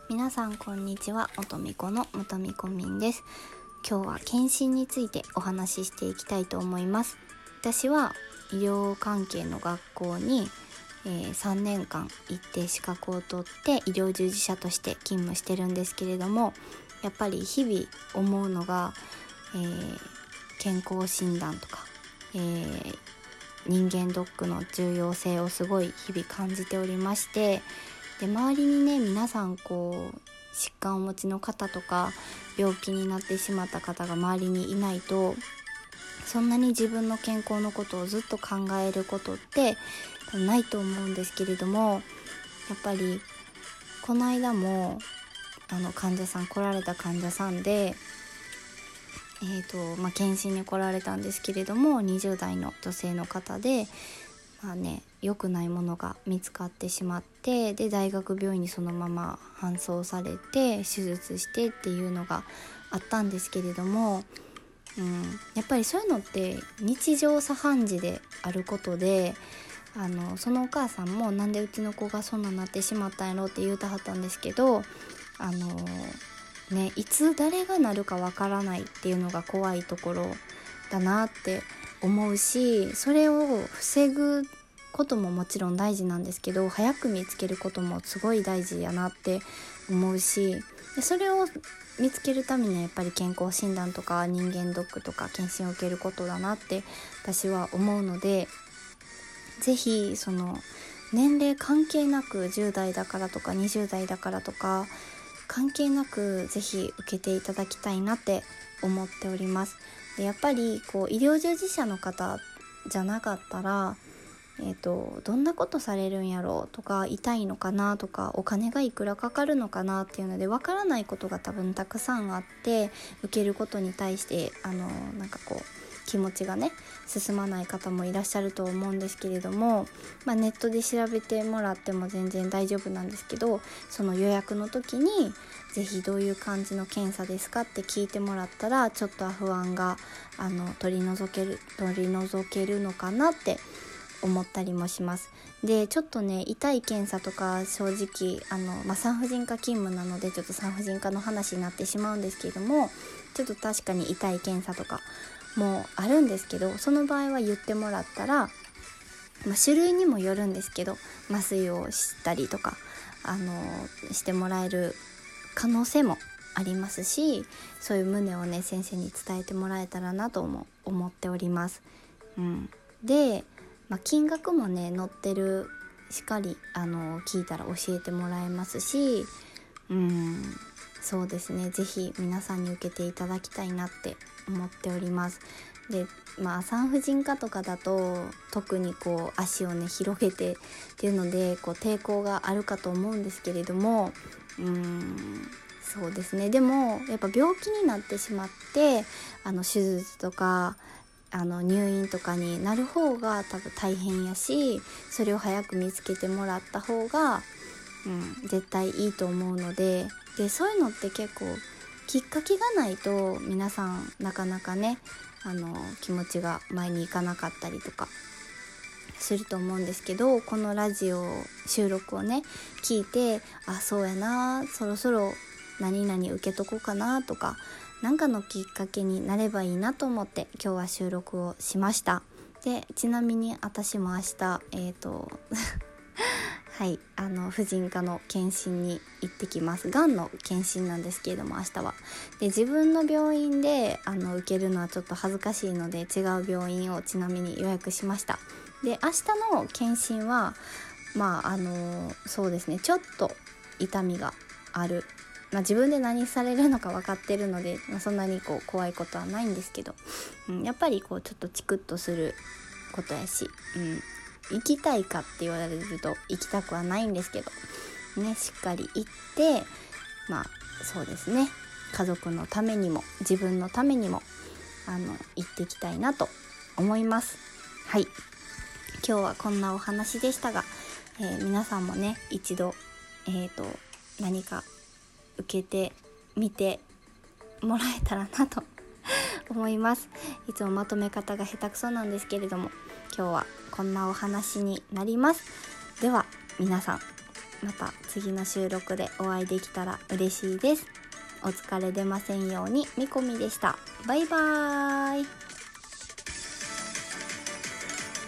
皆さんこんにちは。元美子の元美子みんです。今日は検診についてお話ししていきたいと思います。私は医療関係の学校に、3年間行って資格を取って医療従事者として勤務してるんですけれども、やっぱり日々思うのが、健康診断とか、人間ドックの重要性をすごい日々感じておりまして、で周りにね、皆さん疾患をお持ちの方とか病気になってしまった方が周りにいないと、そんなに自分の健康のことをずっと考えることってないと思うんですけれども、やっぱりこの間も来られた患者さんで、検診に来られたんですけれども、20代の女性の方で、良くないものが見つかってしまって、で大学病院にそのまま搬送されて手術してっていうのがあったんですけれども、やっぱりそういうのって日常茶飯事であることで、そのお母さんもなんでうちの子がそんなになってしまったんやろって言うたはったんですけど、いつ誰がなるかわからないっていうのが怖いところだなって思うし、それを防ぐことももちろん大事なんですけど、早く見つけることもすごい大事やなって思うし、でそれを見つけるためにはやっぱり健康診断とか人間ドックとか検診を受けることだなって私は思うので、ぜひその年齢関係なく、10代だからとか20代だからとか関係なくぜひ受けていただきたいなって思っております。でやっぱり医療従事者の方じゃなかったら、どんなことされるんやろうとか、痛いのかなとか、お金がいくらかかるのかなっていうのでわからないことが多分たくさんあって、受けることに対して気持ちがね進まない方もいらっしゃると思うんですけれども、ネットで調べてもらっても全然大丈夫なんですけど、その予約の時にぜひどういう感じの検査ですかって聞いてもらったら、ちょっと不安が取り除けるのかなって思ったりもします。でちょっとね、痛い検査とか正直産婦人科勤務なのでちょっと産婦人科の話になってしまうんですけれども、ちょっと確かに痛い検査とかもあるんですけど、その場合は言ってもらったら、種類にもよるんですけど麻酔をしたりとかしてもらえる可能性もありますし、そういう旨をね先生に伝えてもらえたらなとも思っております。で、金額もね載ってるしっかり聞いたら教えてもらえますし、そうですね、ぜひ皆さんに受けていただきたいなって思っております。で産婦人科とかだと特に足をね広げてっていうので抵抗があるかと思うんですけれども、そうですね、でもやっぱ病気になってしまって手術とか入院とかになる方が多分大変やし、それを早く見つけてもらった方が、絶対いいと思うので、そういうのって結構きっかけがないと皆さんなかなかね気持ちが前に行かなかったりとかすると思うんですけど、このラジオ収録をね聞いて、そうやな、そろそろ何々受けとこうかなとか、なんかのきっかけになればいいなと思って今日は収録をしました。でちなみに私も明日はい婦人科の検診に行ってきます。がんの検診なんですけれども、明日はで自分の病院で受けるのはちょっと恥ずかしいので、違う病院をちなみに予約しました。で明日の検診はそうですね、ちょっと痛みがある、自分で何されるのか分かってるので、そんなに怖いことはないんですけど、やっぱりちょっとチクッとすることやし、行きたいかって言われると行きたくはないんですけどね、しっかり行ってそうですね、家族のためにも自分のためにも行っていきたいなと思います。はい、今日はこんなお話でしたが、皆さんもね一度何か受けてみてもらえたらなと思います。いつもまとめ方が下手くそなんですけれども、今日はこんなお話になります。では皆さんまた次の収録でお会いできたら嬉しいです。お疲れ出ませんように。みこみでした。バイバーイ。